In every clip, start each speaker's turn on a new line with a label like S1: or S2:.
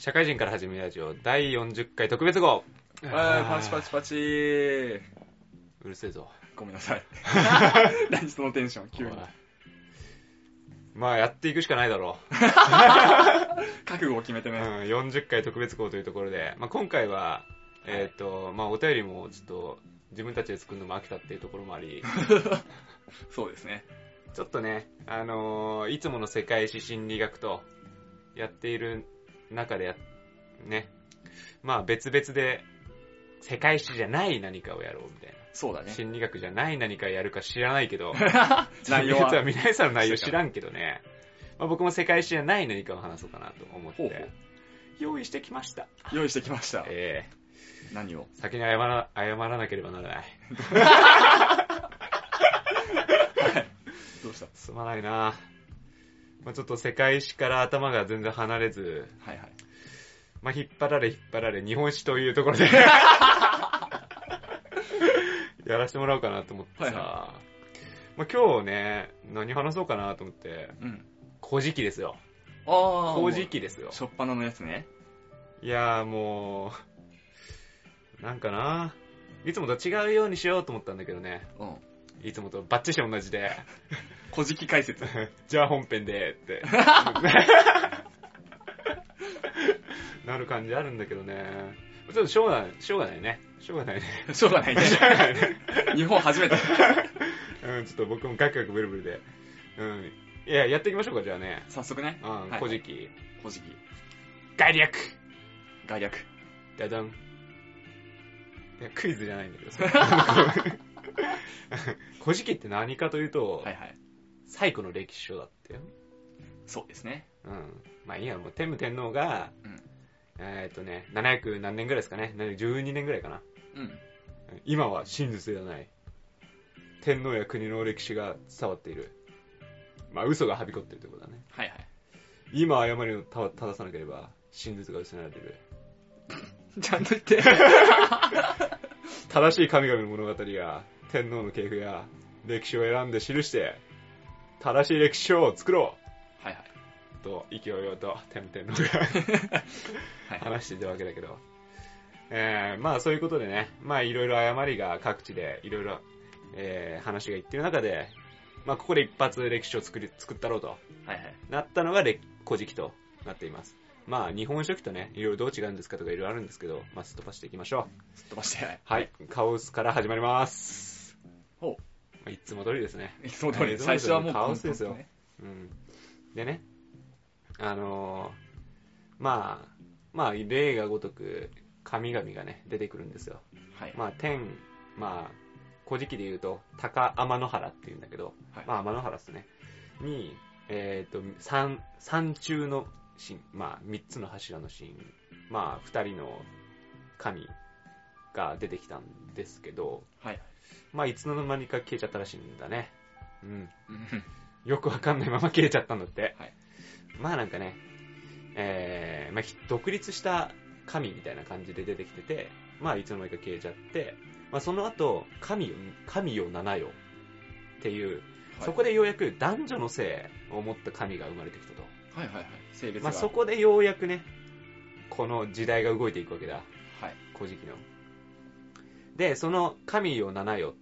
S1: 社会人から始めるラジオ第40回特別号。
S2: パチパチパチー。
S1: うるせえぞ。
S2: ごめんなさい。何そのテンション急に。
S1: まあやっていくしかないだろう。
S2: 覚悟を決めてね。
S1: 40回特別号というところで、まあ、今回は、まあお便りもちょっと自分たちで作るのも飽きたっていうところもあり、
S2: そうですね。
S1: ちょっとね、いつもの世界史心理学とやっている中でね、まあ別々で世界史じゃない何かをやろうみたいな。
S2: そうだね。
S1: 心理学じゃない何かやるか知らないけど、
S2: 内容は
S1: 皆さんの内容知らんけどね、まあ、僕も世界史じゃない何かを話そうかなと思って用意してきました。
S2: 用意してきました。何を
S1: 先に謝らなければならない。
S2: どうした？
S1: すまないな。まあ、ちょっと世界史から頭が全然離れず、
S2: はいはい。
S1: まあ、引っ張られ日本史というところでやらせてもらおうかなと思ってさ、
S2: はいは
S1: まあ、今日ね何話そうかなと思って、古事記ですよ。古事記ですよ。
S2: しょっぱなのやつね。
S1: いやーもうなんかないつもと違うようにしようと思ったんだけどね、いつもとバッチリ同じで
S2: 古事記解説
S1: じゃあ本編でってなる感じあるんだけどね。ちょっとしょうがないね。
S2: 日本初めて。
S1: ちょっと僕もガクガクブルブルで。いや、やっていきましょうか、じゃあね。
S2: 早速ね。
S1: 古事記。概略。ダダン。いや、クイズじゃないんだけどさ。古事記って何かというと、最古の歴史書だってよ。
S2: そうですね。
S1: まあいいや、もう天武天皇が、700何年ぐらいですかね。12年ぐらいかな。今は真実ではない。天皇や国の歴史が伝わっている。まあ嘘がはびこっているということだね。今誤りを正さなければ真実が失われている。
S2: ちゃんと言って。
S1: 正しい神々の物語や天皇の系譜や歴史を選んで記して正しい歴史書を作ろう。と勢いよと天皇が話していたわけだけど、まあそういうことでね、まあいろいろ誤りが各地でいろいろ話がいってる中で、まあここで一発歴史を作ったろうとなったのが古事記となっています。まあ日本書紀とねいろいろどう違うんですかとかいろいろあるんですけど、まあすっ飛ばしていきましょう。
S2: すっ飛ばして。
S1: はい、カオスから始まります。いつも通りですね。
S2: いつも通り。最初はもう
S1: カオスですよ。でね。まあ例が如く神々がね出てくるんですよ。まあ古事記で言うと高天の原っていうんだけど、まあ天の原ですねに三中の神、まあ3つの柱の神、まあ2人の神が出てきたんですけど、まあいつの間にか消えちゃったらしいんだね。よくわかんないまま消えちゃったんだって。まあなんかね、まあ、独立した神みたいな感じで出てきてて、まあいつの間にか消えちゃって、まあその後、神よ七よっていう、そこでようやく男女の性を持った神が生まれてきたと。
S2: 性別が。
S1: まあそこでようやくね、この時代が動いていくわけだ。古事記の。で、その神よ七よって、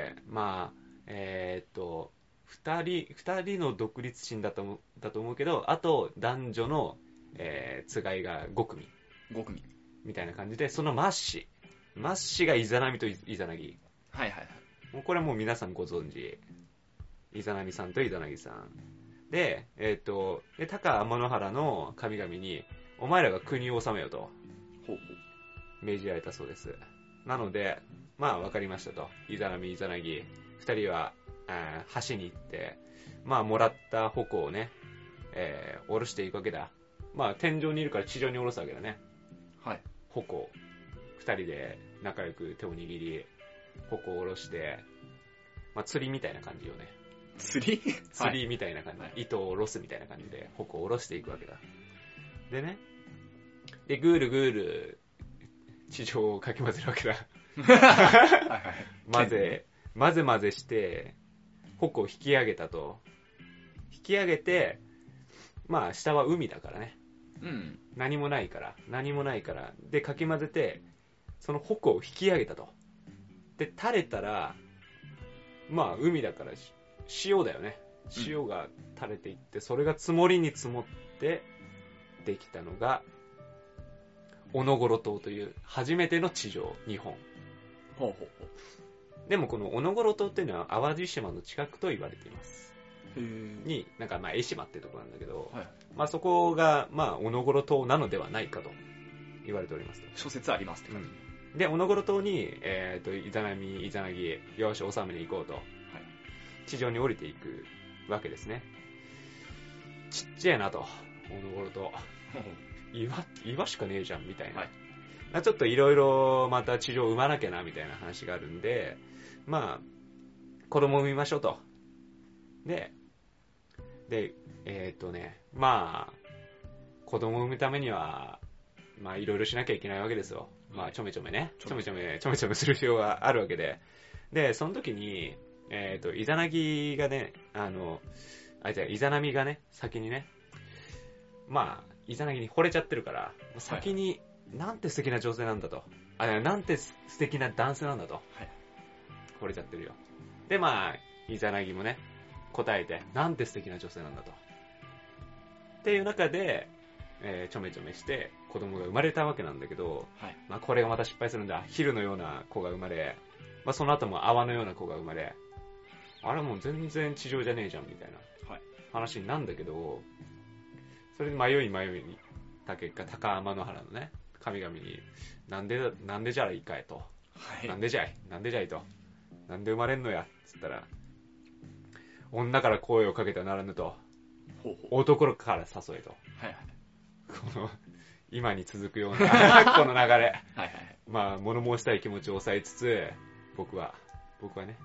S1: まあ、二人の独立心だと思うけど、あと男女の、つがいが5組みたいな感じで、そのマッシがイザナミとイザナギ。もうこれはもう皆さんご存知。イザナミさんとイザナギさんで、高天の原の神々にお前らが国を治めよと命じられたそうです。なのでまあ分かりましたと。イザナミイザナギ2人は橋に行って、まあもらった矛をね、下ろしていくわけだ。まあ天井にいるから地上に下ろすわけだね。矛2人で仲良く手を握り矛を下ろして、まあ釣りみたいな感じよね。釣りみたいな感じ、糸を下ろすみたいな感じで矛を下ろしていくわけだ。でね、でぐるぐる地上をかき混ぜるわけだ。混ぜして矛を引き上げたと。引き上げて、まあ下は海だからね。
S2: うん。
S1: 何もないから。で、かき混ぜて、その矛を引き上げたと。で、垂れたら、まあ、海だから塩だよね。塩が垂れていって、それが積もりに積もって、できたのが、オノゴロ島という初めての地上、日本。
S2: ほうほうほう。
S1: でもこのオノゴロ島っていうのは淡路島の近くと言われています。
S2: へー。
S1: に、なんかまあ江島っていうところなんだけど、
S2: はい。
S1: まあそこがまあオノゴロ島なのではないかと言われておりますと。
S2: 諸説ありますって感じ。
S1: で、オノゴロ島に、イザナミ、イザナギ、よし、収めに行こうと、はい、地上に降りていくわけですね。ちっちゃいなと、オノゴロ島。岩しかねえじゃん、みたいな。はい、ちょっといろいろまた地上を産まなきゃな、みたいな話があるんで、まあ、子供を産みましょうと。で、まあ、子供を産むためには、まあいろいろしなきゃいけないわけですよ。まあちょめちょめする必要があるわけで。で、その時に、イザナギがね、イザナミがね、先にね、まあ、イザナギに惚れちゃってるから、先に、なんて素敵な女性なんだと。なんて素敵な男性なんだと。はい、惚れちゃってるよ。で、まあ、イザナギもね、答えて、なんて素敵な女性なんだと。っていう中で、ちょめちょめして子供が生まれたわけなんだけど、はい、まあこれがまた失敗するんだ。ヒルのような子が生まれ、まあその後も泡のような子が生まれ、あれもう全然地上じゃねえじゃんみたいな話になるんだけど、それで迷いた結果、高天の原のね、神々に、なんでじゃいかいと。はい、なんでじゃいと。なんで生まれんのやつったら、女から声をかけてはならぬと。男から誘えと。はいはい、この今に続くようなこの流れ、はいはい、まあ物申したい気持ちを抑えつつ、僕はね、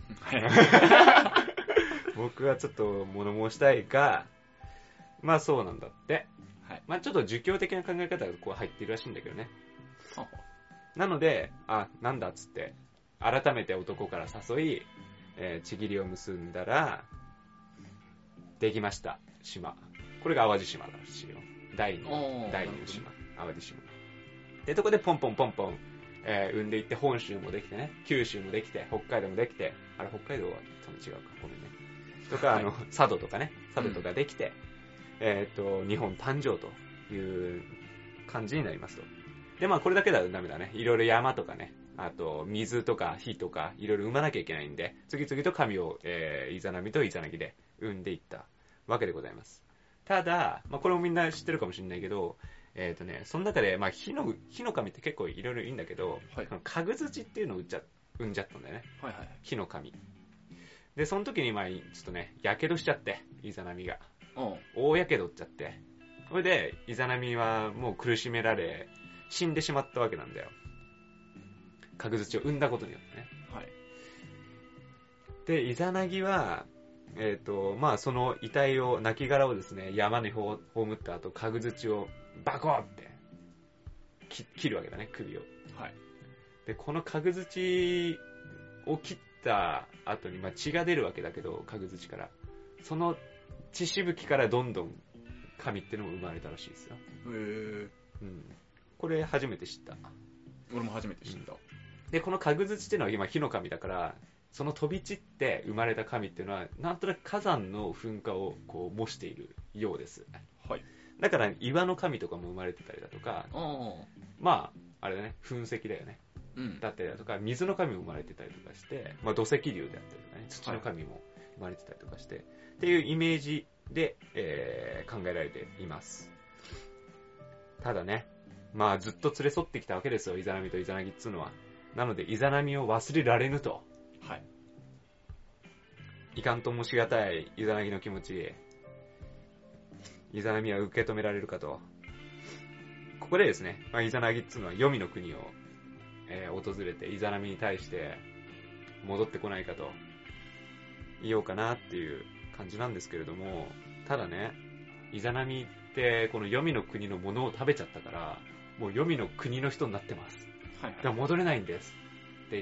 S1: 僕はちょっと物申したいが、まあそうなんだって、はい、まあちょっと儒教的な考え方がこう入っているらしいんだけどね。なので、なんだっつって改めて男から誘い、ちぎりを結んだらできました島。これが淡路島らしいよ。第二の島、淡路島。で、とこでポンポン、産んでいって本州もできてね、九州もできて、北海道もできて、北海道は多分違うか、ごめんね。とか、佐渡とかね、佐渡とかできて、日本誕生という感じになりますと。で、まあこれだけだとダメだね。いろいろ山とかね、あと水とか火とかいろいろ産まなきゃいけないんで、次々と神を、イザナミとイザナギで産んでいったわけでございます。ただ、まあ、これもみんな知ってるかもしれないけど、その中で、まあ、火の神って結構いろいろいいんだけど、はい、かぐづちっていうのを産んじゃったんだよね。はいはい、火の神。で、その時に、まあ、ちょっとね、やけどしちゃって、イザナミが。大やけどっちゃって。それで、イザナミはもう苦しめられ、死んでしまったわけなんだよ。かぐづちを産んだことによってね。はい。で、イザナギは、まあその遺体を、亡骸をですね、山に葬った後、かぐづちをバコーって切るわけだね、首を。はい。で、このかぐづちを切った後に、まあ血が出るわけだけど、かぐづちから。その血しぶきからどんどん神ってのも生まれたらしいですよ。へー。うん。これ初めて知った。
S2: 俺も初めて知った。
S1: で、このかぐづちっていうのは今火の神だから、その飛び散って生まれた神っていうのはなんとなく火山の噴火をこう模しているようです。はい。だから岩の神とかも生まれてたりだとか、まああれだね、噴石だよね。うん。だったりだとか、水の神も生まれてたりとかして、まあ土石流であったりとかね、土の神も生まれてたりとかして、っていうイメージで、考えられています。ただね、まあずっと連れ添ってきたわけですよ、イザナミとイザナギっつうのは。なのでイザナミを忘れられぬと。はい。いかんともしがたいイザナギの気持ち、イザナミは受け止められるかと。ここでですね、まあ、イザナギっつうのは黄泉の国を、訪れてイザナミに対して戻ってこないかと言おうかなっていう感じなんですけれども、ただね、イザナミってこの黄泉の国のものを食べちゃったから、もう黄泉の国の人になってます。はい、はい。だから戻れないんですって言って、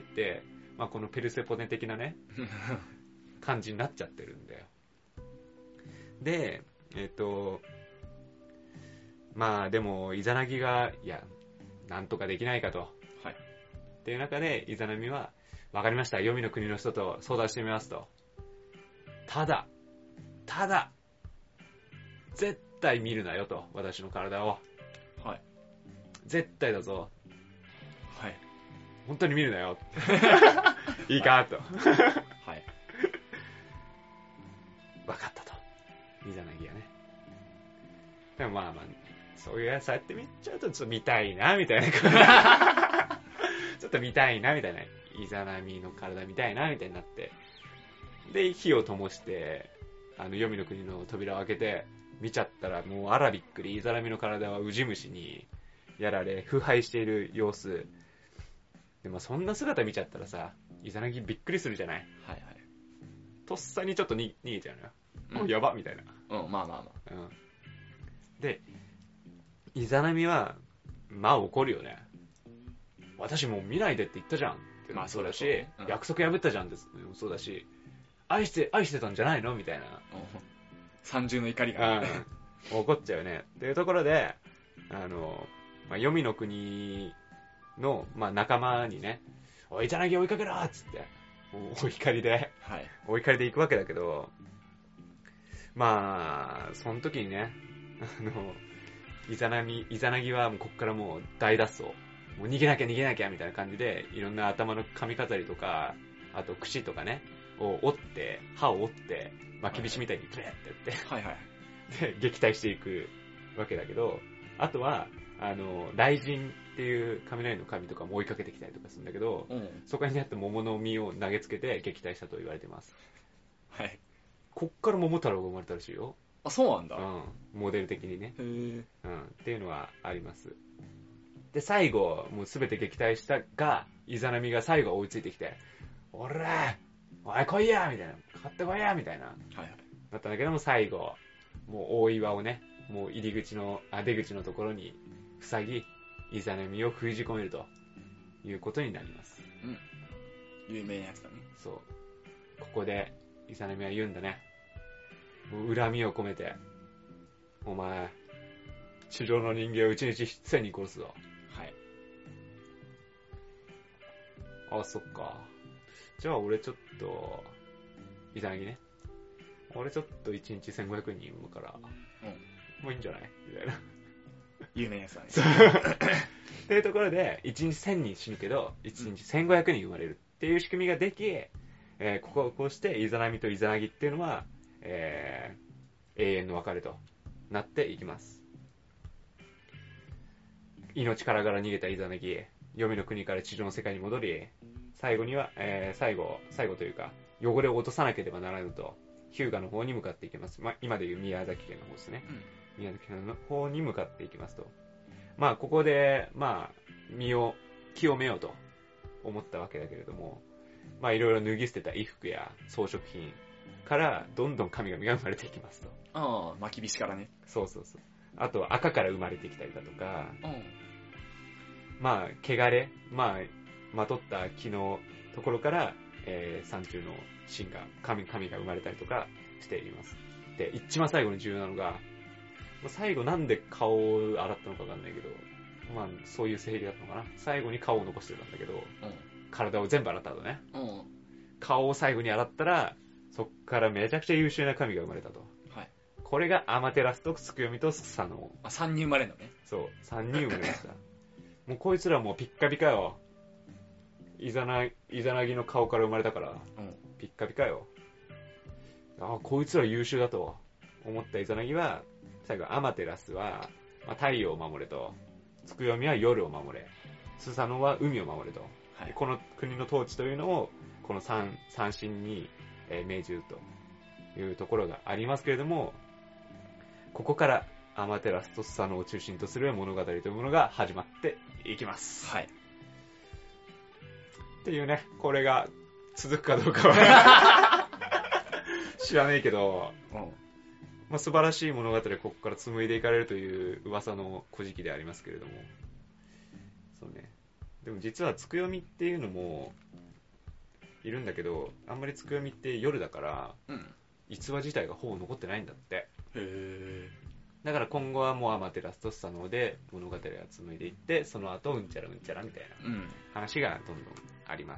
S1: まあ、このペルセポネ的なね感じになっちゃってるんだよ。で、 まあでもイザナギがいやなんとかできないかと、
S2: はい、
S1: っていう中でイザナミはわかりました、黄泉の国の人と相談してみますと。ただ絶対見るなよと、私の体を。
S2: はい、
S1: 絶対だぞ。
S2: はい、
S1: 本当に見るなよ。いいかと。
S2: はい。
S1: 分かったと。イザナギはね。でもまあそういうやつやって見ちゃうとちょっと見たいなみたいなちょっと見たいなみたいな、イザナミの体見たいなみたいになって、で火を灯して黄泉の国の扉を開けて見ちゃったら、もうあらびっくり、イザナミの体はウジ虫にやられ腐敗している様子で、そんな姿見ちゃったらさ、イザナギびっくりするじゃない。
S2: はいはい。
S1: とっさにちょっと逃げちゃうのよ、もうやばみたいな。
S2: まあまあまあ。
S1: でイザナミは怒るよね。私もう見ないでって言ったじゃんってもそうだし、約束破ったじゃんってもそうだし、愛してたんじゃないのみたいな、
S2: 三重の怒りが、
S1: 怒っちゃうよねっていうところで、黄泉の国の、仲間にね、おいイザナギ追いかけろっつってお怒りで行くわけだけど、その時にね、イザナギはもうこっからもう大脱走、もう逃げなきゃみたいな感じで、いろんな頭の髪飾りとか、あと串とかねを折って、歯を折って巻き菱みたいにプレーってやって、はいはい、で撃退していくわけだけど、あとは雷神っていう雷の神とかも追いかけてきたりとかするんだけど、そこにあった桃の実を投げつけて撃退したと言われてます。はい。こっから桃太郎が生まれたらしいよ。
S2: あ、そうなんだ。
S1: モデル的にね。っていうのはあります。で、最後、もうすべて撃退したが、イザナミが最後追いついてきて、おらおい来いやみたいな。買ってこいやみたいな。はいはい。だったんだけども、最後、もう大岩をね、もう出口のところに塞ぎ、イザナミを封じ込めるということになります。
S2: 有名なやつだね。
S1: そう。ここで、イザナミは言うんだね。もう恨みを込めて、お前、地上の人間を1日1000人殺すぞ。はい。あ、そっか。じゃあ俺ちょっと、イザナギね。俺ちょっと1日1500人産むから、もういいんじゃないみたいな。
S2: 有名なやつだね。
S1: っていうところで、1日1000人死ぬけど、1日1500人生まれるっていう仕組みができ、こうしてイザナミとイザナギっていうのは、永遠の別れとなっていきます。命からがら逃げたイザナギ、黄泉の国から地上の世界に戻り、最後には、最後というか、汚れを落とさなければならぬと、日向の方に向かっていきます。今でいう宮崎県の方ですね。宮崎県の方に向かっていきますと。ここで、身を清めようと思ったわけだけれども、いろいろ脱ぎ捨てた衣服や装飾品からどんどん神々が生まれていきますと。
S2: ああ、巻き菱からね。
S1: そう。あとは赤から生まれてきたりだとか、汚れ、まとった木のところから、山中の神が、神が生まれたりとかしています。で、一番最後に重要なのが、最後なんで顔を洗ったのかわかんないけど、そういう性癖だったのかな。最後に顔を残してたんだけど、体を全部洗った後ね。顔を最後に洗ったら、そっからめちゃくちゃ優秀な神が生まれたと。はい。これがアマテラスとツクヨミとスサノオ。
S2: 3人生まれるのね。
S1: そう、3人生まれました。もうこいつらもうピッカピカよ。イザナギの顔から生まれたから、ピッカピカよ。こいつら優秀だと思ったイザナギは、最後アマテラスは、太陽を守れと、ツクヨミは夜を守れ、スサノオは海を守れと、はい、この国の統治というのをこの三神に命じるというところがありますけれども、ここからアマテラスとスサノオを中心とする物語というものが始まっていきます。はい。っていうね、これが続くかどうかは知らねえけど、素晴らしい物語をここから紡いでいかれるという噂の古事記でありますけれども、そうね。でも実はツクヨミっていうのもいるんだけど、あんまりツクヨミって夜だから、逸話自体がほぼ残ってないんだって。へだから今後はもうアマテラスとスサノオで物語が紡いでいって、その後うんちゃらうんちゃらみたいな話がどんどんあります。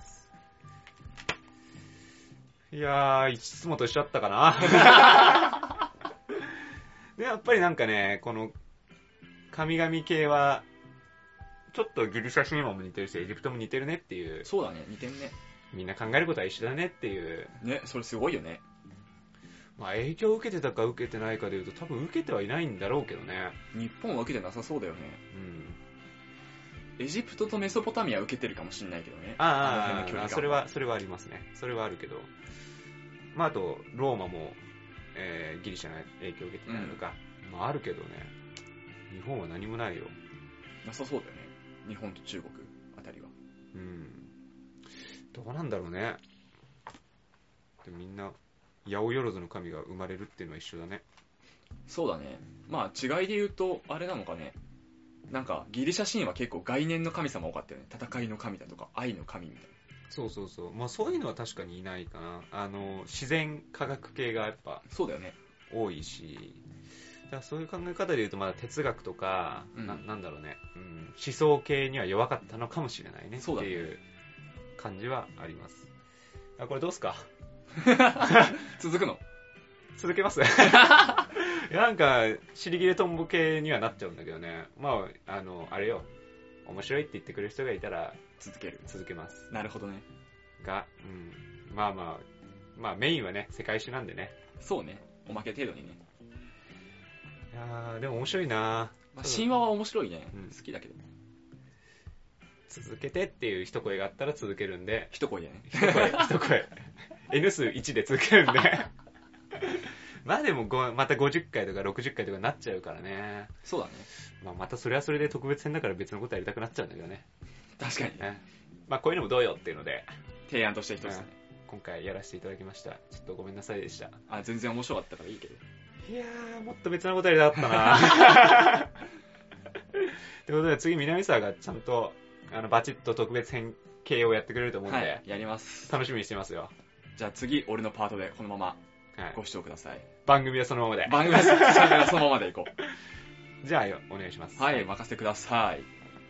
S1: いやー、いつもと一緒だったかな。で、やっぱりなんかね、この神々系はちょっとギリシャ神話も似てるし、エジプトも似てるねっていう。
S2: そうだね、似てるね。
S1: みんな考えることは一緒だねっていう。
S2: ね、それすごいよね。
S1: まあ影響を受けてたか受けてないかでいうと多分受けてはいないんだろうけどね。
S2: 日本は受けてなさそうだよね。
S1: うん。
S2: エジプトとメソポタミアは受けてるかもしれないけどね。
S1: ああ、それはありますね。それはあるけど。まああと、ローマも、ギリシャの影響を受けてたりとか、まああるけどね。日本は何もないよ。
S2: なさそうだよね。日本と中国あたりは。
S1: うん。どうなんだろうね。でみんな、八百万の神が生まれるっていうのは一緒だね。
S2: そうだね。まあ違いで言うと、あれなのかね。なんかギリシャ神話結構概念の神様多かったよね。戦いの神だとか愛の神みたいな。
S1: そうそうそう。まあそういうのは確かにいないかな。自然科学系がやっぱ
S2: そうだよね。
S1: 多いし、だからそういう考え方で言うとまだ哲学とか、なんだろうね、思想系には弱かったのかもしれないねっていう感じはあります。あ、これどうすか？
S2: 続くの？
S1: 続けます。なんか尻切れトンボ系にはなっちゃうんだけどね。まああれよ、面白いって言ってくれる人がいたら続けます。
S2: なるほどね。
S1: が、まあメインはね世界史なんでね。
S2: そうね。おまけ程度にね。
S1: いやーでも面白いな。
S2: まあ、神話は面白いね。好きだけど。
S1: 続けてっていう一声があったら続けるんで。
S2: 一声やね。
S1: 一声。N 数1で続けるんで。まあでもまた50回とか60回とかになっちゃうからね。
S2: そうだね。
S1: まあまたそれはそれで特別編だから別のことやりたくなっちゃうんだけどね。
S2: 確かに。
S1: まあこういうのもどうよっていうので。
S2: 提案として一つね。
S1: 今回やらせていただきました。ちょっとごめんなさいでした。
S2: あ、全然面白かったからいいけど。
S1: いやー、もっと別なことやりたかったな。ってことで次南沢がちゃんとバチッと特別編系をやってくれると思うんで、はい、
S2: やります。
S1: 楽しみにしてますよ。
S2: じゃあ次俺のパートでこのままご視聴ください。
S1: 番組はそのままで。
S2: 番組はそのままでいこ
S1: う。じゃあお願いします。
S2: はい、任せてください。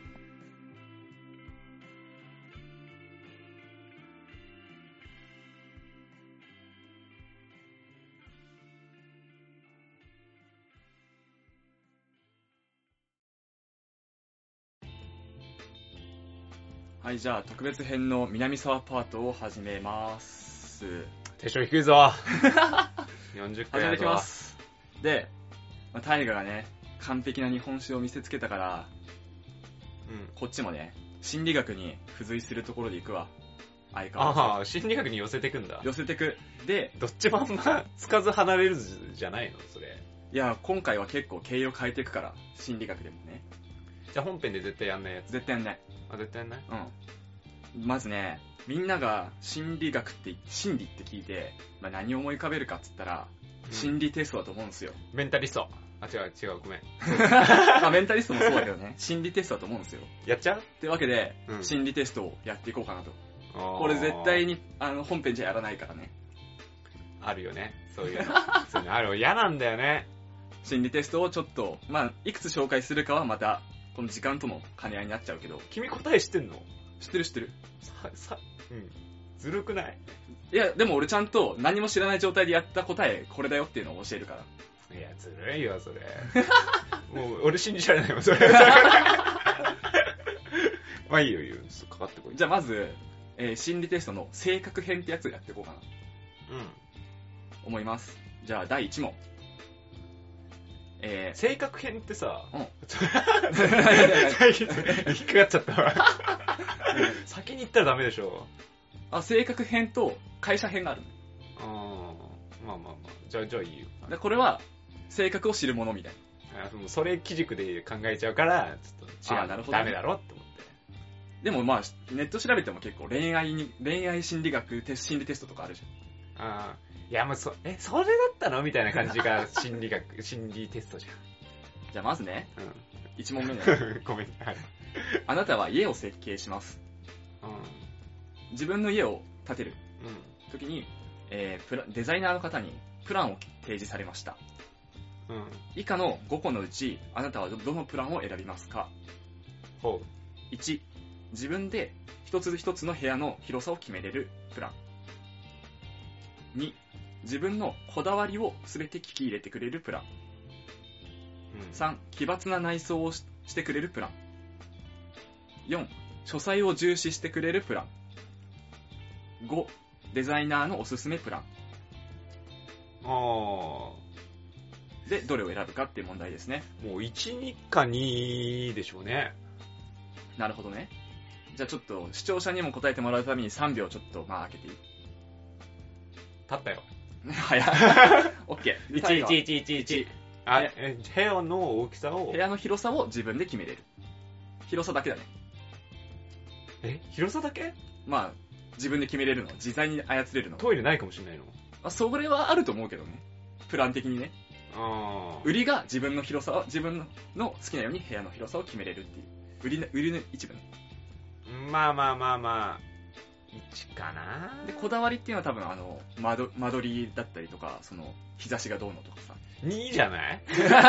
S2: はい、じゃあ特別編の南沢パートを始めます。
S1: テンション低いぞ。40回
S2: 始めてきます。で、大河がね、完璧な日本史を見せつけたから、こっちもね、心理学に付随するところで行くわ。相変わらず。
S1: ああ、心理学に寄せてくんだ。
S2: 寄せてく。で、
S1: どっちもあんまつかず離れるじゃないのそれ。
S2: いや、今回は結構経緯を変えていくから、心理学でもね。
S1: じゃあ本編で絶対やんないやつ。
S2: 絶対やんない。
S1: あ、絶対やんない？
S2: まずね、みんなが心理学って心理って聞いて、何を思い浮かべるかっつったら、心理テストだと思うんですよ。
S1: メンタリスト。あ、違う、ごめん。
S2: メンタリストもそうだけどね、心理テストだと思うんですよ。
S1: やっちゃう？
S2: ってわけで、心理テストをやっていこうかなと。これ絶対に本編じゃやらないからね。
S1: あるよね、そういうの。そういうのある。嫌なんだよね。
S2: 心理テストをちょっと、いくつ紹介するかはまた、この時間との兼ね合いになっちゃうけど。
S1: 君答え知ってんの？
S2: 知ってる。
S1: ずるくない？
S2: いや、でも俺ちゃんと何も知らない状態でやった答え、これだよっていうのを教えるから。
S1: いや、ずるいよ、それ。もう、俺信じられないもん、それ。まあいいよ、かかってこい。
S2: じゃあまず、心理テストの性格編ってやつやっていこうかな。思います。じゃあ第1問。
S1: 性格編ってさ、
S2: 引っ
S1: かかっちゃったわ。先に言ったらダメでしょ。
S2: 性格編と会社編がある
S1: の。まあ。じゃあいいよ。
S2: でこれは、性格を知るものみたい
S1: な。それ基軸で考えちゃうから、ちょっと違う。
S2: なるほど、
S1: ダメだろって思って。
S2: でもネット調べても結構恋愛心理学心理テストとかあるじ
S1: ゃん。いや、もうそれだったのみたいな感じが心理テストじゃん。
S2: じゃあまずね、1問目ね。
S1: ごめん。はい。
S2: あなたは家を設計します。自分の家を建てる時に、デザイナーの方にプランを提示されました。 以下の5個のうちあなたはどのプランを選びますか。
S1: ほ
S2: う。1、自分で一つ一つの部屋の広さを決めれるプラン。2、自分のこだわりを全て聞き入れてくれるプラン。3、奇抜な内装をしてくれるプラン。4、書斎を重視してくれるプラン。5、デザイナーのおすすめプラン。で、どれを選ぶかっていう問題ですね。
S1: もう1、2か2でしょうね。
S2: なるほどね。じゃあちょっと視聴者にも答えてもらうために3秒ちょっと開けていい？
S1: 立ったよ。
S2: 早い。OK。
S1: 1。部屋の大きさを。
S2: 部屋の広さを自分で決めれる。広さだけだ
S1: ね。広さだけ？
S2: まあ、自分で決めれるの。自在に操れるの。
S1: トイレないかもしれないの？
S2: それはあると思うけどね。プラン的にね。売りが自分の広さを、自分の好きなように部屋の広さを決めれるっていう。売りの一部ね。
S1: まあ。1かな。
S2: で、こだわりっていうのは多分間取りだったりとか、日差しがどうのとかさ。
S1: 2じゃない？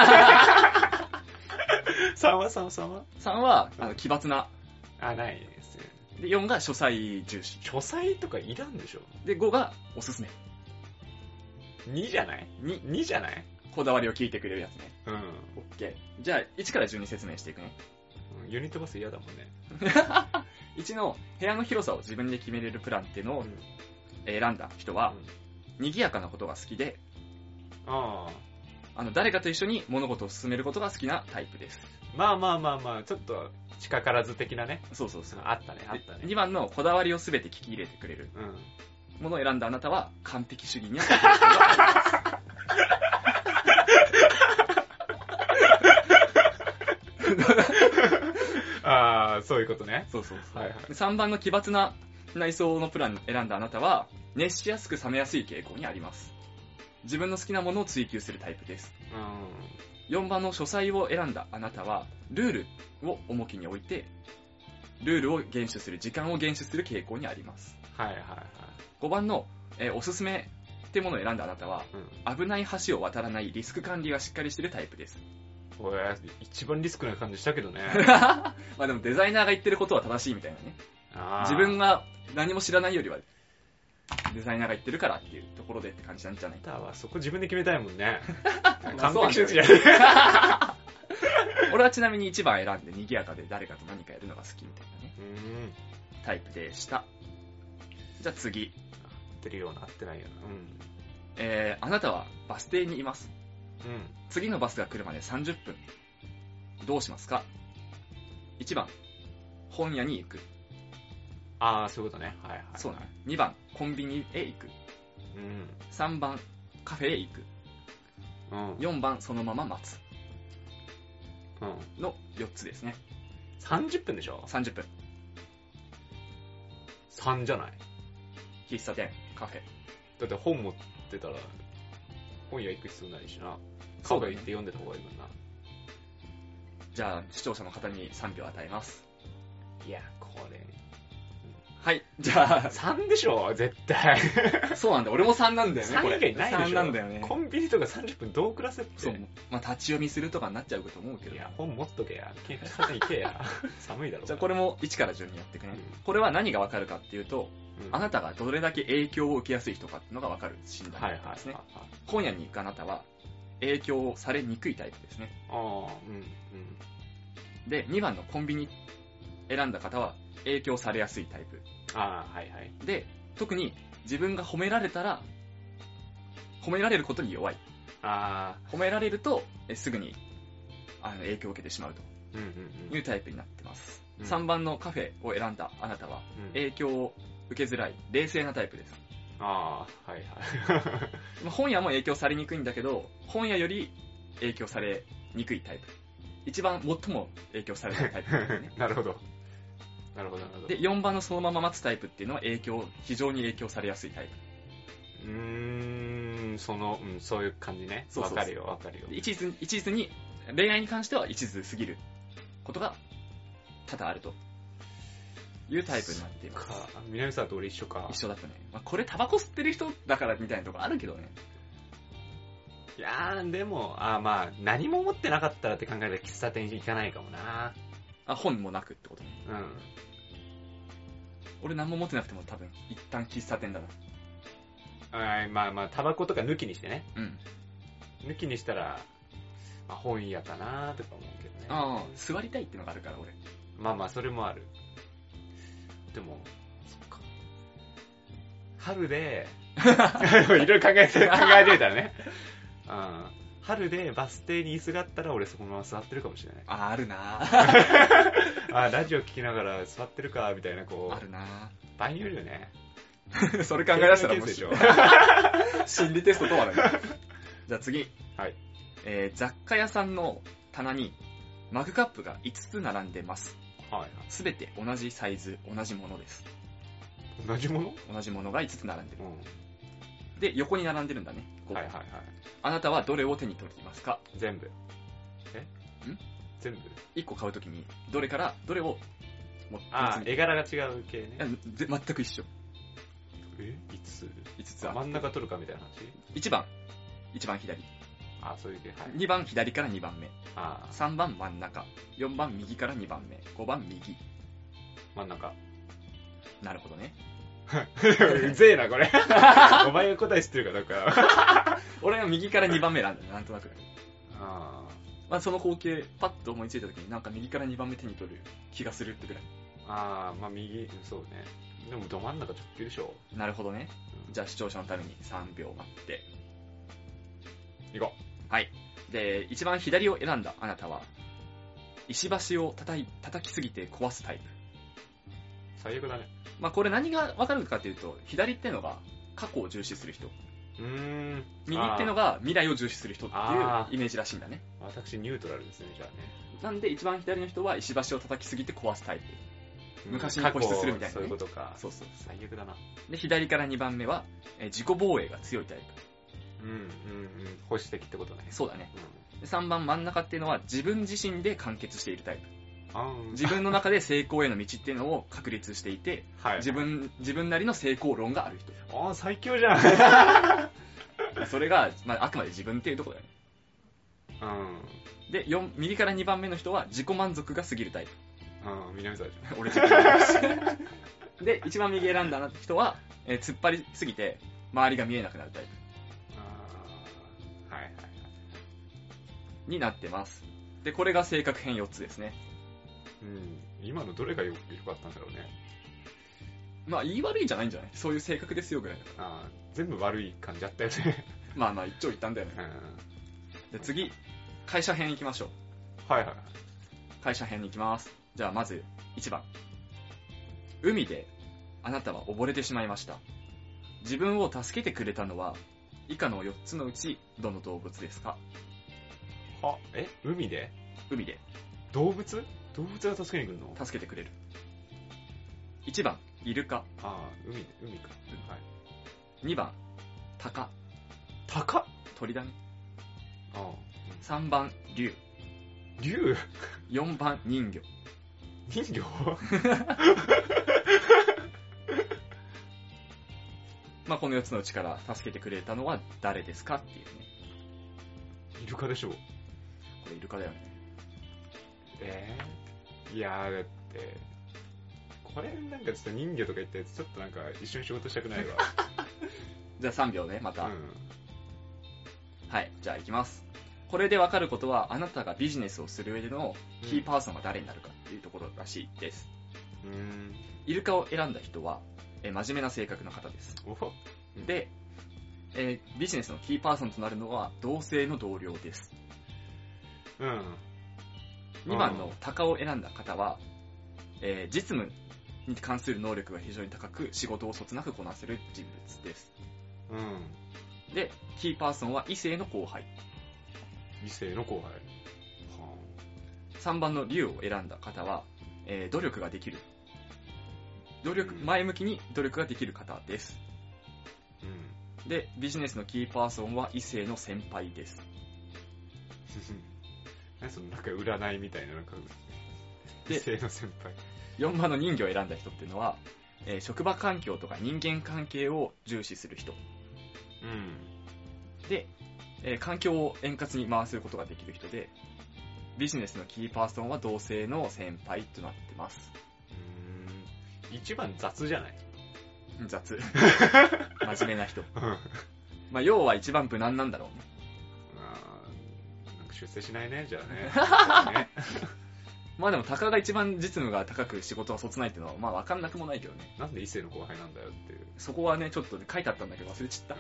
S1: 3は
S2: ?3 は、奇抜な。
S1: ないですよ。
S2: で、4が書斎重視。
S1: 書斎とかいらんでしょ。
S2: で、5がおすすめ。
S1: 2じゃない？ 2じゃない？
S2: こだわりを聞いてくれるやつね。
S1: OK。
S2: じゃあ、1から順に説明していくね。
S1: ユニットバス嫌だもんね。
S2: 1の部屋の広さを自分で決めれるプランっていうのを選んだ人は、賑やかなことが好きで、誰かと一緒に物事を進めることが好きなタイプです。
S1: まあ、ちょっと近からず的なね。
S2: そう。
S1: あったね。
S2: 2番のこだわりを全て聞き入れてくれるものを選んだあなたは完璧主義には
S1: そういうことね。
S2: そう。3番の奇抜な内装のプランを選んだあなたは熱しやすく冷めやすい傾向にあります。自分の好きなものを追求するタイプです。4番の書斎を選んだあなたはルールを重きに置いてルールを厳守する時間を厳守する傾向にあります。5番の、おすすめってものを選んだあなたは、危ない橋を渡らないリスク管理がしっかりしているタイプです。
S1: 一番リスクな感じしたけどね。
S2: まあでもデザイナーが言ってることは正しいみたいなね。自分が何も知らないよりはデザイナーが言ってるからっていうところでって感じなんじゃないか。
S1: そこ自分で決めたいもんね。
S2: 完璧主義じゃない。俺はちなみに1番選んで賑やかで誰かと何かやるのが好きみたいなね。タイプでした。じゃあ次。
S1: 合ってるような合ってないよう
S2: な。あなたはバス停にいます。次のバスが来るまで30分。どうしますか？ 1 番、本屋に行く。
S1: そういうことね。
S2: そうなの。2番、コンビニへ行く。3番、カフェへ行く。4番、そのまま待つ。の4つですね。
S1: 30分でしょ？
S2: 30分。
S1: 3じゃない？
S2: 喫茶店、カフェ。
S1: だって本持ってたら、本屋行く必要ないしな。カフェ行って読んでた方がいいもんな。
S2: じゃあ、視聴者の方に3秒与えます。
S1: いや、これ。
S2: はい、じゃあ。
S1: 3でしょ絶対。
S2: そうなんだ、俺も3なんだよね。
S1: 3以外ないでしょ。
S2: 3なんだよね。
S1: コンビニとか30分どう暮らせって。
S2: そう。まあ、立ち読みするとかになっちゃうと思うけど。
S1: いや、本持っとけや。喫茶店行けや。寒いだろ。
S2: じゃあ、これも1から順にやっていくね。これは何がわかるかっていうと、あなたがどれだけ影響を受けやすい人かっていうのがわかる診断ですね。本屋に行くあなたは影響をされにくいタイプですね。で、2番のコンビニ選んだ方は影響されやすいタイプ。で、特に自分が褒められたら褒められることに弱い。褒められるとすぐに影響を受けてしまうというタイプになってます。3番のカフェを選んだあなたは影響を受けづらい冷静なタイプです。本屋も影響されにくいんだけど、本屋より影響されにくいタイプ。一番最も影響されないタイプですね。
S1: なるほど。
S2: で、4番のそのまま待つタイプっていうのは非常に影響されやすいタイ
S1: プ。そういう感じね。わかるよ。
S2: 一途に、恋愛に関しては一途すぎることが多々あるというタイプになっています。
S1: 南沢と俺一緒か。
S2: 一緒だったね。これタバコ吸ってる人だからみたいなとこあるけどね。
S1: いやー、でも、まあ、何も持ってなかったらって考えたら喫茶店行かないかもな。
S2: 本もなくってことね。
S1: うん。
S2: 俺何も持ってなくても多分、一旦喫茶店だな。
S1: まあ、タバコとか抜きにしてね。
S2: うん。
S1: 抜きにしたら、まあ、本屋かなとか思うけどね。
S2: 座りたいってのがあるから、俺。
S1: まあ、それもある。でも、そっか。春で、いろいろ考えてみたらね。春でバス停に椅子があったら俺そこのまま座ってるかもしれない。
S2: あるな
S1: ラジオ聞きながら座ってるか、みたいな、こう。
S2: あるな
S1: 場合によるよね。
S2: それ考え出したら面白い。心理テストとはね。じゃあ次。
S1: はい。
S2: 雑貨屋さんの棚にマグカップが5つ並んでます。
S1: はいはい。
S2: すべて同じサイズ、同じものです。
S1: 同じもの？
S2: 同じものが5つ並んでる。
S1: うん、
S2: で、横に並んでるんだね。
S1: はいはいはい。
S2: あなたはどれを手に取りますか？
S1: 全部。全部
S2: ?1 個買うときに、どれを持って、
S1: 絵柄が違う系ね。
S2: 全く一緒。
S1: 5つ
S2: ?5 つ
S1: 真ん中取るかみたいな話？
S2: 一番左。
S1: そういう系。はい。
S2: 2番左から2番目。3番真ん中。4番右から2番目。5番右。
S1: 真ん中。
S2: なるほどね。
S1: うぜえな、これ。お前が答え知ってるかどうか。
S2: 俺が右から2番目なんだよ、なんとなく。まあその光景、パッと思いついた時になんか右から2番目手に取る気がするってぐらい。
S1: まあ右、そうね。でもど真ん中直球でしょ。
S2: なるほどね。じゃあ視聴者のために3秒待って。
S1: 行こ
S2: う。はい。で、一番左を選んだあなたは、石橋を叩きすぎて壊すタイプ。
S1: 最悪だね。
S2: まあこれ何がわかるかというと、左ってのが過去を重視する人。右ってのが未来を重視する人っていうイメージらしいんだね。
S1: 私ニュートラルですね、じゃあね。
S2: なんで一番左の人は石橋を叩きすぎて壊すタイプ。昔に固執するみたいな、ね。
S1: そういうことか。
S2: そう。
S1: 最悪だな。
S2: で、左から2番目は、自己防衛が強いタイプ。
S1: 保守的ってことね。
S2: そうだね。で3番真ん中っていうのは自分自身で完結しているタイプ。自分の中で成功への道っていうのを確立していて、自分なりの成功論がある人。
S1: 最強じゃん。
S2: それが、あくまで自分っていうところだよね。で、右から2番目の人は自己満足が過ぎるタイプ。
S1: 南沢じゃん。
S2: 俺自分だし。で、一番右選んだ人は、突っ張りすぎて周りが見えなくなるタイプ。になってます。で、これが性格編4つですね。
S1: 今のどれが良かったんだろうね。
S2: まあ、言い悪いじゃないんじゃない？そういう性格ですよぐらいだから。
S1: 全部悪い感じあったよね。
S2: まあ、一長一短だよね。で、次、会社編いきましょう。
S1: はい。
S2: 会社編に行きます。じゃあ、まず、1番。海で、あなたは溺れてしまいました。自分を助けてくれたのは、以下の4つのうち、どの動物ですか？
S1: 海で動物が助けに来るの？
S2: 助けてくれる。1番、イルカ。
S1: 海か。はい。
S2: 2番、タカ。鳥だね。3番、竜。4番、人魚。まあこの4つのうちから助けてくれたのは誰ですかっていうね。
S1: イルカでしょ。こ
S2: れイルカだよね。
S1: いやだって、これなんかちょっと人魚とか言ったやつちょっとなんか一緒に仕事したくないわ。
S2: じゃあ3秒ね、また。はい、じゃあ行きます。これで分かることは、あなたがビジネスをする上でのキーパーソンが誰になるかっていうところらしいです。イルカを選んだ人は、真面目な性格の方です。で、ビジネスのキーパーソンとなるのは同性の同僚です。2番のタカを選んだ方は、実務に関する能力が非常に高く仕事をそつなくこなせる人物です。で、キーパーソンは異性の後輩。3番の竜を選んだ方は、努力ができる。前向きに努力ができる方です。で、ビジネスのキーパーソンは異性の先輩です。
S1: 何そのなんか占いみたいな異性の先輩。
S2: 4番の人魚を選んだ人っていうのは、職場環境とか人間関係を重視する人。で、 環境を円滑に回すことができる人で、ビジネスのキーパーソンは同性の先輩となってます。
S1: 一番雑じゃない？
S2: 雑。真面目な人。まあ要は一番無難なんだろうね。
S1: なんか出世しないね、じゃあね。
S2: まあでも、タカが一番実務が高く仕事はそつないっていうのは、まあ分かんなくもないけどね。
S1: なんで異性の後輩なんだよっていう。
S2: そこはね、ちょっと書いてあったんだけど忘れちゃった。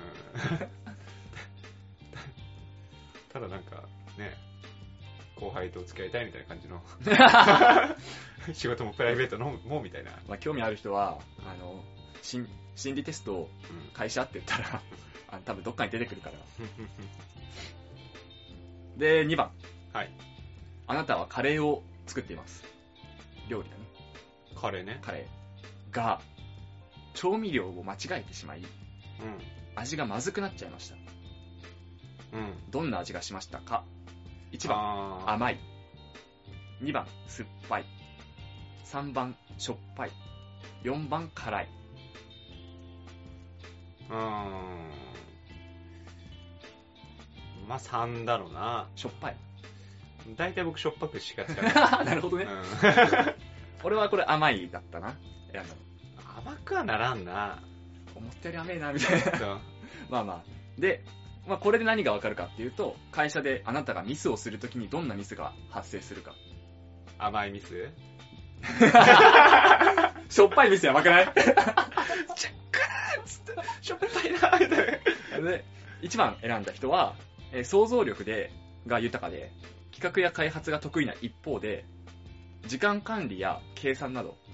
S1: ただなんか、ね、後輩と付き合いたいみたいな感じの仕事もプライベートのもみたいな。
S2: まあ興味ある人は、心理テストを会社って言ったら、多分どっかに出てくるから。で、2番。
S1: はい。
S2: あなたはカレーを作っています。料理だね。
S1: カレーね。
S2: カレー。が、調味料を間違えてしまい、味がまずくなっちゃいました。どんな味がしましたか？ 1 番、甘い。2番、酸っぱい。3番、しょっぱい。4番、辛い。
S1: まあ3だろうな。
S2: しょっぱい。
S1: 大体僕しょっぱくしか使わない。
S2: なるほどね。俺はこれ甘いだったな。選んだ
S1: の。甘くはならんな。
S2: 思ったより甘いな、みたいな。まあまあ。で、まあこれで何がわかるかっていうと、会社であなたがミスをするときにどんなミスが発生するか。
S1: 甘いミス
S2: しょっぱいミスやばくない？
S1: チャッカーッつって、しょっぱいなみたいな。
S2: で、1番選んだ人は、想像力が豊かで、企画や開発が得意な一方で、時間管理や計算など、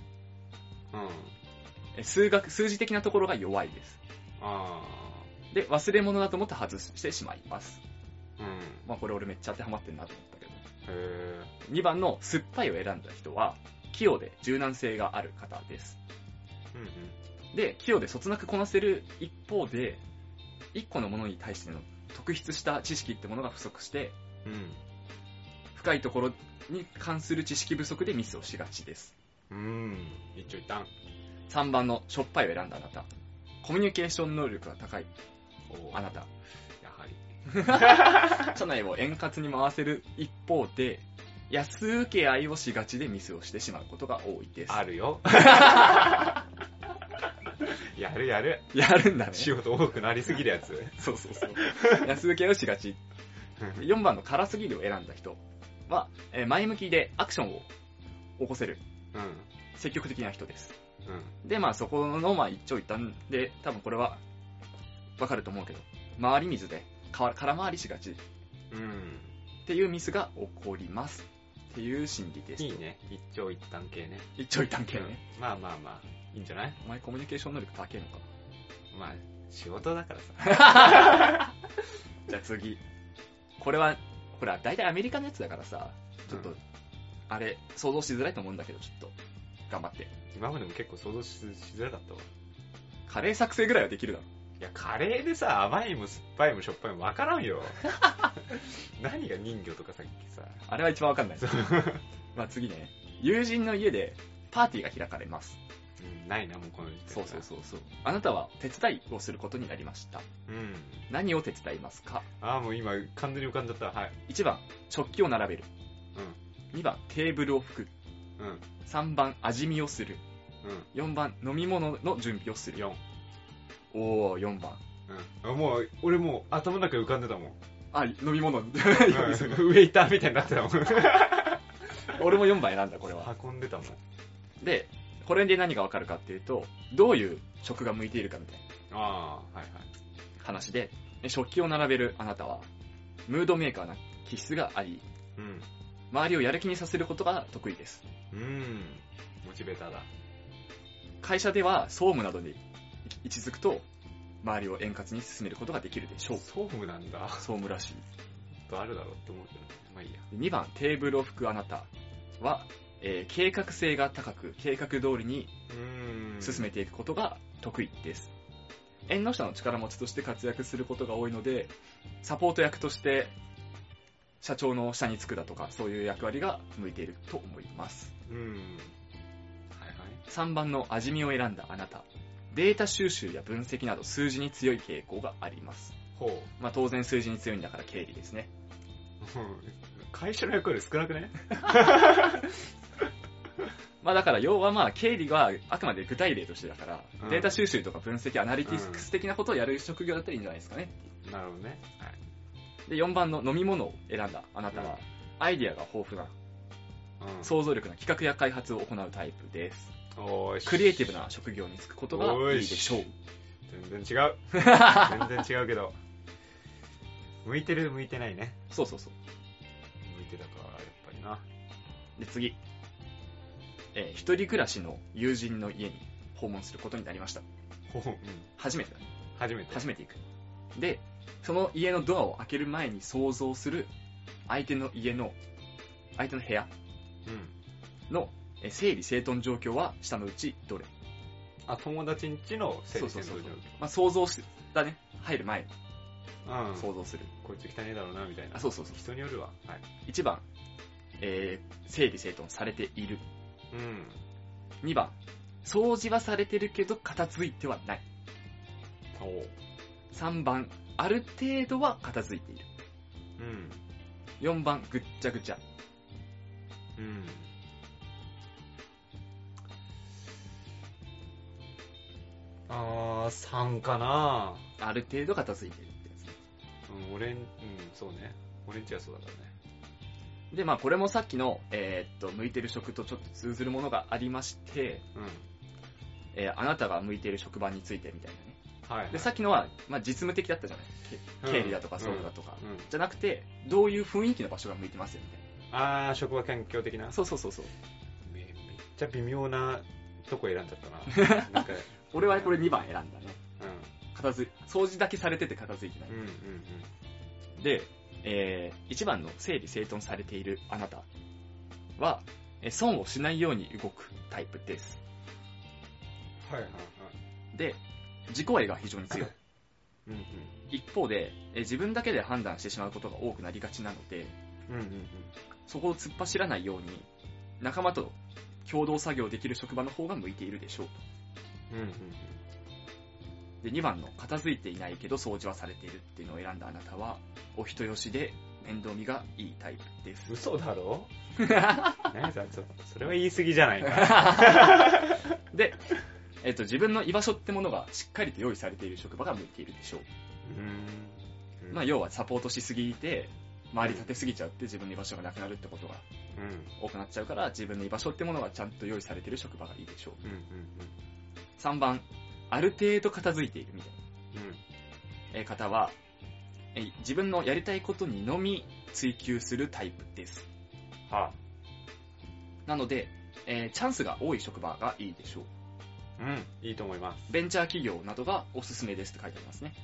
S2: 数字的なところが弱いです。で、忘れ物だと思って外してしまいます。まあこれ俺めっちゃ当てはまってんなと思ったけど。2番の酸っぱいを選んだ人は、器用で柔軟性がある方です。で、器用でそつなくこなせる一方で、1個のものに対しての特筆した知識ってものが不足して、深いところに関する知識不足でミスをしがちです。
S1: 一長一短。
S2: 3番のしょっぱいを選んだあなた。コミュニケーション能力が高いあなた。
S1: やは
S2: り。社内を円滑に回せる一方で、安請け合いをしがちでミスをしてしまうことが多いです。
S1: あるよ。やる。
S2: やるんだね。
S1: 仕事多くなりすぎるやつ。
S2: そう。安請け合いをしがち。4番の辛すぎるを選んだ人は、前向きでアクションを起こせる、積極的な人です。で、まあそこのまあ一長一短で、多分これはわかると思うけど、回り水で空回りしがち、っていうミスが起こりますっていう心理です。
S1: いいね、一長一短系ね。
S2: 一長一短系ね。
S1: まあいいんじゃない？
S2: お前コミュニケーション能力高いのか
S1: な。まあ仕事だからさ。
S2: じゃあ次。これは大体アメリカのやつだからさ、ちょっと、あれ、想像しづらいと思うんだけど、ちょっと、頑張って。
S1: 今までも結構想像しづらかったわ。
S2: カレー作成ぐらいはできるだろ。
S1: いや、カレーでさ、甘いも酸っぱいもしょっぱいもわからんよ。何が人魚とかさっきさ。
S2: あれは一番わかんない。まあ次ね、友人の家でパーティーが開かれます。
S1: ないな、もうこの時点で。
S2: そう。あなたは手伝いをすることになりました。何を手伝いますか？
S1: もう今完全に浮かんじゃった。はい。
S2: 1番、食器を並べる。2番、テーブルを拭く。3番、味見をする。4番、飲み物の準備をする。4番。
S1: もう、俺もう頭の中で浮かんでたもん。
S2: 飲み物。
S1: ウェイターみたいになってたもん。
S2: 俺も4番選んだ、これは。
S1: 運んでたもん。
S2: で、これで何がわかるかっていうと、どういう食が向いているかみたいな話で、食器を並べるあなたは、ムードメーカーな気質があり、周りをやる気にさせることが得意です。
S1: モチベーターだ。
S2: 会社では総務などで位置づくと、周りを円滑に進めることができるでしょう。
S1: 総務なんだ。
S2: 総務らしい。
S1: あるだろうって思うけど、まあいいや。
S2: 2番、テーブルを拭くあなたは、計画性が高く、計画通りに進めていくことが得意です。縁の下の力持ちとして活躍することが多いので、サポート役として社長の下につくだとか、そういう役割が向いていると思います。3番の味見を選んだあなた。データ収集や分析など数字に強い傾向があります。 まあ当然数字に強いんだから経理ですね。
S1: 会社の役割少なくね？
S2: まあだから要はまあ経理はあくまで具体例としてだから、データ収集とか分析、アナリティクス的なことをやる職業だったらいいんじゃないですかね。
S1: なるほどね。はい。
S2: で、4番の飲み物を選んだあなたは、アイディアが豊富な、想像力な企画や開発を行うタイプです。クリエイティブな職業に就くことがいいでしょう。
S1: 全然違う。全然違うけど。向いてる向いてないね。
S2: そうそうそう。
S1: 向いてたか、やっぱりな。
S2: で、次。一人暮らしの友人の家に訪問することになりました。初めてだね。初めて行く。で、その家のドアを開ける前に想像する相手の部屋の整理整頓状況は下のうちどれ？
S1: 友達ん家の整理整頓状況。
S2: まあ想像だね。入る前に。想像する。
S1: こいつ汚ねえだろうなみたいな。
S2: そうそうそう。
S1: 人によるわ。はい。
S2: 1番、整理整頓されている。2番、掃除はされてるけど片付いてはない。3番、ある程度は片付いている。4番、ぐっちゃぐちゃ。
S1: 3かな。
S2: ある程度片付いてるってやつね。
S1: そうね。俺んちはそうだからね。
S2: で、まあこれもさっきの、向いてる職とちょっと通ずるものがありまして、あなたが向いている職場についてみたいなね。はいはい、で、さっきのは、まあ実務的だったじゃない。経理だとか総務だとか、じゃなくて、どういう雰囲気の場所が向いてますよみたいな。
S1: 職場環境的な。
S2: そうそうそうそう。
S1: めっちゃ微妙なとこ選んじゃったな。なんか
S2: 俺はこれ2番選んだね。掃除だけされてて片付いてない。で、1番の整理整頓されているあなたは、損をしないように動くタイプです。で、自己愛が非常に強い。一方で、自分だけで判断してしまうことが多くなりがちなので、そこを突っ走らないように仲間と共同作業できる職場の方が向いているでしょうと。で、2番の片付いていないけど掃除はされているっていうのを選んだあなたは、お人よしで面倒見がいいタイプです。
S1: 嘘だろ？何さ、それは言い過ぎじゃないか。
S2: で、自分の居場所ってものがしっかりと用意されている職場が向いているでしょう。まあ要はサポートしすぎて、周り立てすぎちゃって自分の居場所がなくなるってことが多くなっちゃうから、自分の居場所ってものがちゃんと用意されている職場がいいでしょう。3番、ある程度片付いているみたいな、方は、自分のやりたいことにのみ追求するタイプです。なので、チャンスが多い職場がいいでしょう。
S1: いいと思います。
S2: ベンチャー企業などがおすすめですって書いてありますね。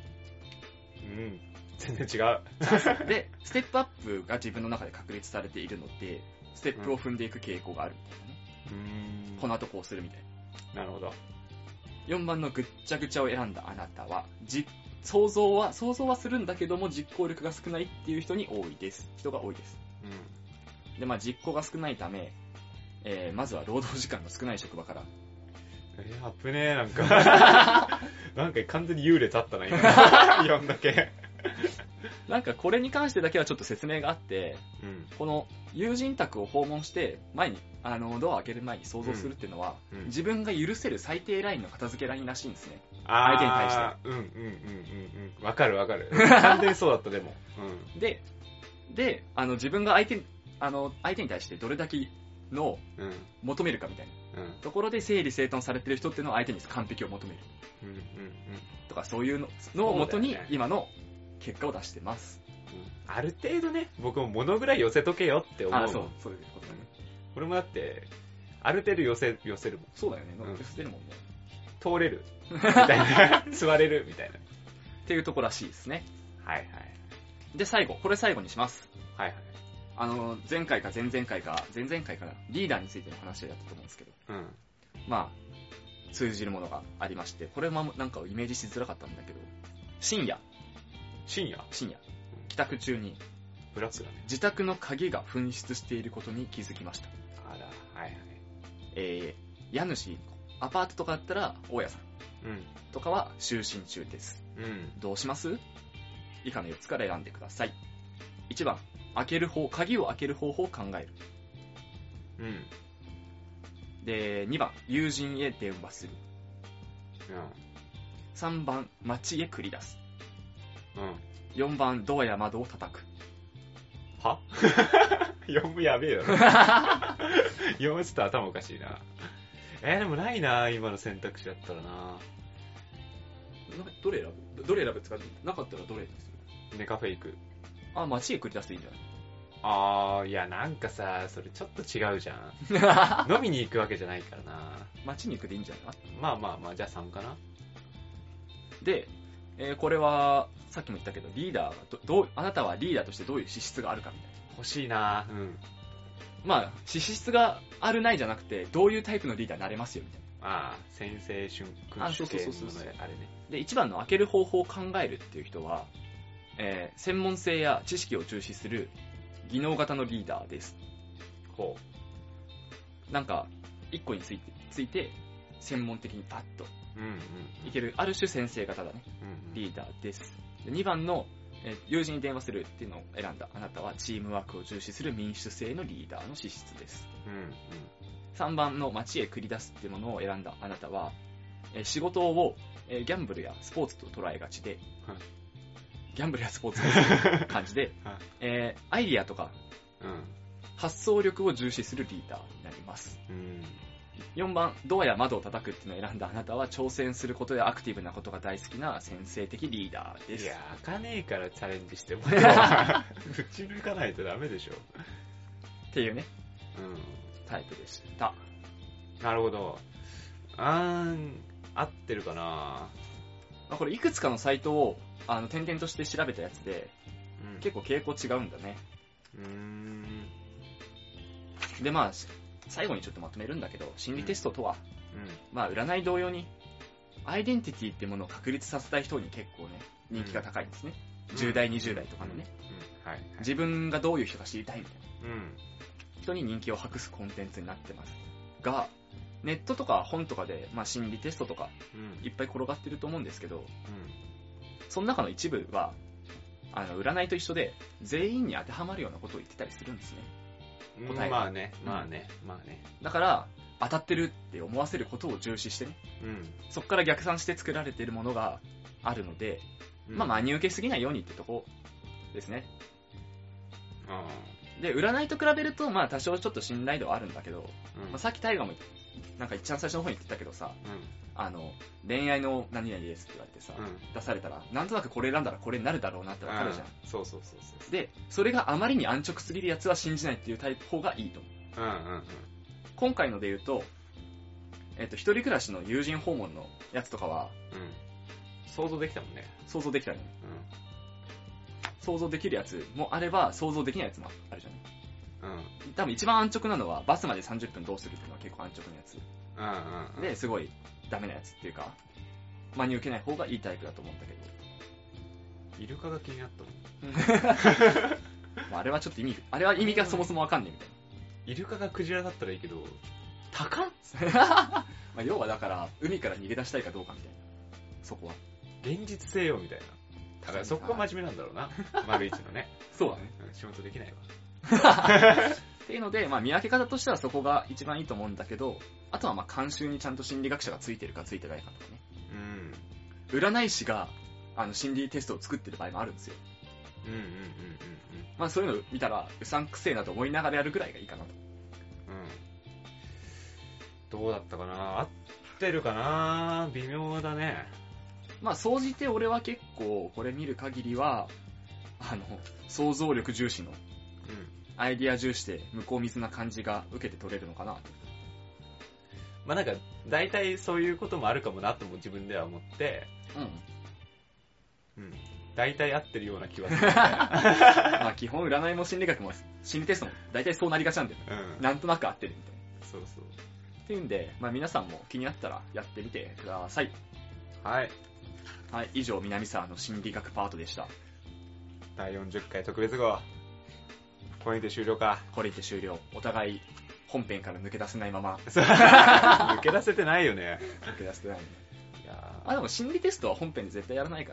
S1: 全然違う。
S2: で、ステップアップが自分の中で確立されているので、ステップを踏んでいく傾向があるみたいなね。この後こうするみたい
S1: な。なるほど。
S2: 4番のぐっちゃぐちゃを選んだあなたは、想像はするんだけども実行力が少ないっていう人が多いです。で、まあ実行が少ないため、まずは労働時間の少ない職場から。
S1: あぶねえ、なんか。なんか完全に優劣あったな、今。4だけ。
S2: なんかこれに関してだけはちょっと説明があって、この友人宅を訪問して前にドアを開ける前に想像するっていうのは、自分が許せる最低ラインの片付けラインらしいんですね。相手に対して。
S1: わかる。完全にそうだった、でも。
S2: で、自分が相手に対してどれだけの求めるかみたいなところで整理整頓されてる人っていうのは相手に完璧を求める。とかそういうのをもとに今の結果を出してます。
S1: ある程度ね、僕も物ぐらい寄せとけよって思う。
S2: そういうことだね。
S1: 俺もだって、ある程度寄せるもん。
S2: そうだよね。寄せるもんね。
S1: 通れる。みたいな。座れる。みたいな。
S2: っていうところらしいですね。で、これ最後にします。前回か前々回かな、リーダーについての話をやったと思うんですけど、まあ、通じるものがありまして、これもなんかイメージしづらかったんだけど、深夜、帰宅中に、
S1: ブラックだね。
S2: 自宅の鍵が紛失していることに気づきました。家主、アパートとかだったら大家さんとかは就寝中です。どうします？ 以下の4つから選んでください。1番、鍵を開ける方法を考える。
S1: うん。
S2: で、2番、友人へ電話する。3番、街へ繰り出す。4番、ドアや窓を叩く。
S1: は4もやべえよ。4はちょっと頭おかしいな。でもないな、今の選択肢だったらな。
S2: どれ選ぶってか、なかったらどれにする？
S1: ネカフェ行く。
S2: 街へ繰り出すといいんじゃない？
S1: いや、なんかさ、それちょっと違うじゃん。飲みに行くわけじゃないからな。
S2: 街に行くでいいんじゃないか？
S1: まあ、じゃあ3かな。
S2: で、これは、さっきも言ったけど、リーダーあなたはリーダーとしてどういう資質があるかみたいな。
S1: 欲しいな。
S2: 資質があるないじゃなくて、どういうタイプのリーダーになれますよみたいな。
S1: 先制君主系のあれね。
S2: で、1番の開ける方法を考えるっていう人は、専門性や知識を重視する技能型のリーダーです。なんか、1個について、専門的にパッといける、ある種先生型だね、リーダーです。で、2番の、友人に電話するっていうのを選んだあなたは、チームワークを重視する民主性のリーダーの資質です。3番の街へ繰り出すっていうものを選んだあなたは、仕事を、ギャンブルやスポーツと捉えがちで、ギャンブルやスポーツという感じで、アイディアとか、発想力を重視するリーダーになります。4番、ドアや窓を叩くっていうのを選んだあなたは、挑戦することやアクティブなことが大好きな先制的リーダーです。
S1: いや、開かねえからチャレンジしても。ぶち抜かないとダメでしょ。
S2: っていうね、タイプでした。
S1: なるほど。合ってるかな。
S2: これいくつかのサイトを点々として調べたやつで、結構傾向違うんだね。で、最後にちょっとまとめるんだけど、心理テストとは、占い同様に、アイデンティティってものを確立させたい人に結構ね、人気が高いんですね。10代、20代とかのね。自分がどういう人か知りたいみたいな。人に人気を博すコンテンツになってますが、ネットとか本とかで、心理テストとかいっぱい転がってると思うんですけど、その中の一部は占いと一緒で全員に当てはまるようなことを言ってたりするんですね。答えが。まあね。だから当たってるって思わせることを重視してね、そこから逆算して作られているものがあるので、真に受けすぎないようにってとこですね。で、占いと比べると多少ちょっと信頼度はあるんだけど、さっきタイガーもなんか一番最初の方に言ってたけどさ、恋愛の何々ですって言われてさ、出されたらなんとなくこれ選んだらこれになるだろうなってわかるじゃん。
S1: そう。
S2: で、それがあまりに安直すぎるやつは信じないっていうタイプ方がいいと思う。今回ので言うと、一人暮らしの友人訪問のやつとかは、
S1: 想像できたもんね。
S2: 想像できたね。想像できるやつもあれば想像できないやつもあるじゃん。多分一番安直なのはバスまで30分どうするっていうのは結構安直なやつ。で、すごいダメなやつっていうか、真に受けない方がいいタイプだと思うんだけ
S1: ど。イルカが気になった
S2: もん。あれはちょっとあれは意味がそもそもわかんねえみたいな。
S1: イルカがクジラだったらいいけど、高っ
S2: 要はだから、海から逃げ出したいかどうかみたいな。そこは。
S1: 現実性よみたいな。だからそこが真面目なんだろうな。丸一のね。
S2: そうだね。
S1: 仕事できないわ。
S2: っていうので、見分け方としてはそこが一番いいと思うんだけど、あとは監修にちゃんと心理学者がついてるかついてないかとかね。占い師が心理テストを作ってる場合もあるんですよ。そういうのを見たらうさんくせえなと思いながらやるぐらいがいいかなと。
S1: どうだったかな。合ってるかな。微妙だね。
S2: 総じて俺は結構これ見る限りは想像力重視の、アイディア重視で向こう水な感じが受けて取れるのかなと。
S1: なんか大体そういうこともあるかもなとも自分では思って、大体合ってるような気はする。
S2: 基本占いも心理学も心理テストも大体そうなりがちなんだよ、なんとなく合ってるみたいな。
S1: そう
S2: っていうんで、皆さんも気になったらやってみてください。はい、以上南沢の心理学パートでした。
S1: 第40回特別号、これにて終了か。
S2: これにて終了。お互い本編から抜け出せないまま。
S1: 抜け出せてないよね。
S2: 抜け出せてないね。でも心理テストは本編で絶対やらないから。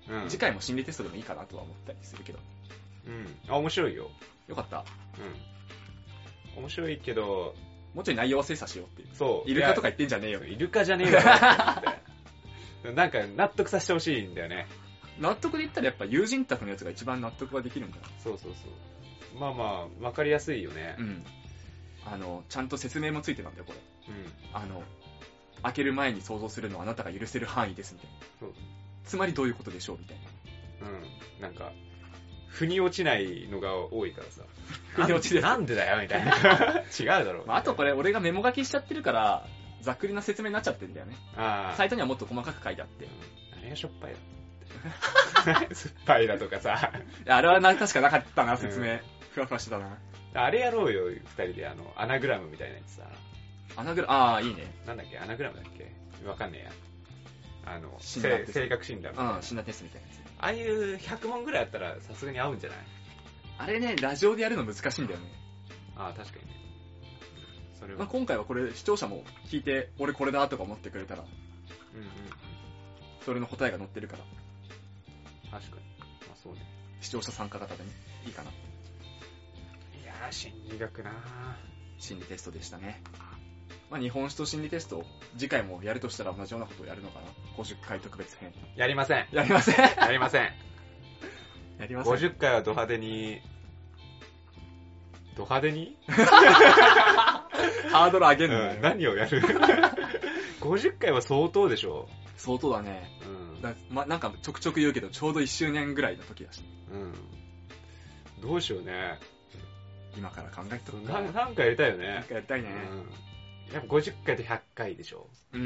S2: うん、次回も心理テストでもいいかなとは思ったりするけど。
S1: うん。あ、面白いよ。
S2: よかった。
S1: うん。面白いけど、
S2: もうちょい内容は精査しようっていう。
S1: そう。
S2: イルカとか言ってんじゃねえよ。
S1: イルカじゃねえよってなんか納得させてほしいんだよね。
S2: 納得で言ったらやっぱ友人宅のやつが一番納得ができるんだな。
S1: そうそうそう。まあまあ、わかりやすいよね。
S2: うん。ちゃんと説明もついてたんだよ、これ。
S1: うん。
S2: 開ける前に想像するのはあなたが許せる範囲ですみたいな。そう。つまりどういうことでしょうみたい
S1: な。うん。なんか、腑に落ちないのが多いからさ。
S2: 腑に落ちる。
S1: なんでだよみたいな。違うだろう。
S2: まあ、あとこれ俺がメモ書きしちゃってるから、ざっくりな説明になっちゃってるんだよね。サイトにはもっと細かく書いてあって。
S1: 何がしょっぱいだ酸っぱいだとかさ。
S2: あれは確かなかったな、説明。ふわふわしてたな。
S1: あれやろうよ、二人でアナグラムみたいなやつさ。
S2: いいね。
S1: なんだっけ、アナグラムだっけわかんねえや。性格診断みたいな。
S2: 診断テストみたいなやつ。
S1: ああいう100問ぐらいあったらさすがに合うんじゃない？
S2: あれね、ラジオでやるの難しいんだよね。
S1: ああ、確かにね。
S2: それは。まあ、今回はこれ視聴者も聞いて、俺これだとか思ってくれたら、それの答えが載ってるから。
S1: 確かに。まあそうね。
S2: 視聴者参加型でね、いいかな。い
S1: やー、心理学なー。
S2: 心理テストでしたね。まあ、日本史と心理テスト、次回もやるとしたら同じようなことをやるのかな。50回特別編。
S1: やりません。
S2: やりません。
S1: やりません。
S2: やりません。
S1: 50回はド派手に、ハ
S2: ードル上げるの、ね
S1: 何をやる50回は相当でしょ。
S2: 相当だね。なんかちょくちょく言うけど、ちょうど1周年ぐらいの時だし。
S1: どうしようね。
S2: 今から考えておくか。
S1: なんかやりたいよね。
S2: なんかやりたいね。
S1: やっぱ50回と100回でしょ。100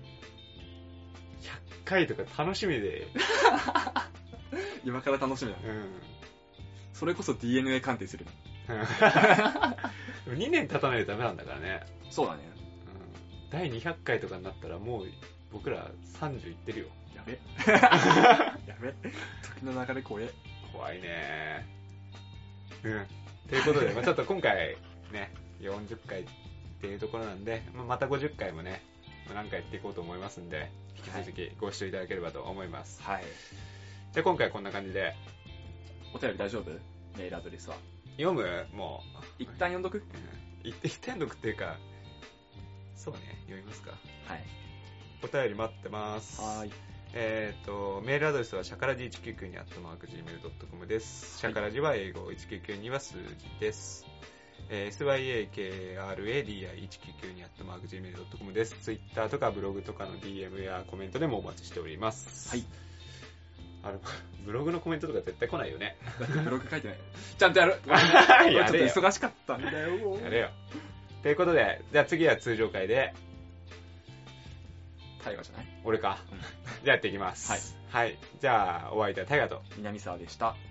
S1: 回とか楽しみで。
S2: 今から楽しみだ。それこそ DNA 鑑定する。
S1: 2年経たないとダメなんだからね。
S2: そうだね。
S1: 第200回とかになったらもう僕ら30いってるよ。
S2: やべ。やべ。時の流れ怖
S1: いね。ということで、ちょっと今回ね、40回っていうところなんで、また50回もね、何回やっていこうと思いますんで、引き続きご視聴いただければと思います。
S2: はい。
S1: じゃあ今回はこんな感じで。
S2: お便り大丈夫？メールアドレスは。
S1: 読む？も
S2: う。一旦読んどく？
S1: 一旦読んどくっていうか、そうね、読みますか。
S2: はい。
S1: お便り待ってます。
S2: はい。
S1: メールアドレスはシャカラジ199@gmail.com です。シャカラジは英語、199は数字です。syakradi199@gmail.com です。ツイッターとかブログとかの DM やコメントでもお待ちしております。
S2: はい。
S1: ブログのコメントとか絶対来ないよね。
S2: だってブログ書いてない。ちゃんとやる。ちょっと忙しかったんだよ。
S1: やれよ。ということで、じゃあ次は通常回で、
S2: タイガじゃない？
S1: 俺か。じゃあやっていきます。
S2: はい。
S1: はい。じゃあお相手はタイガと
S2: 南沢でした。